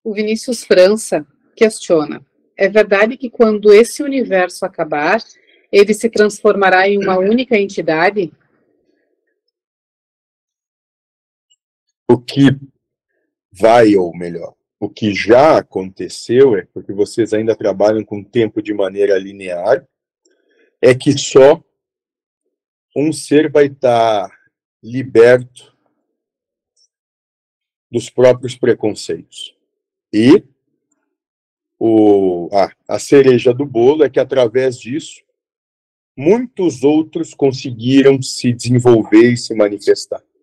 O Vinícius França questiona: é verdade que quando esse universo acabar, ele se transformará em uma única entidade? O que vai, ou melhor, o que já aconteceu, é porque vocês ainda trabalham com tempo de maneira linear, é que só um ser vai estar liberto dos próprios preconceitos. E a cereja do bolo é que, através disso, muitos outros conseguiram se desenvolver e se manifestar.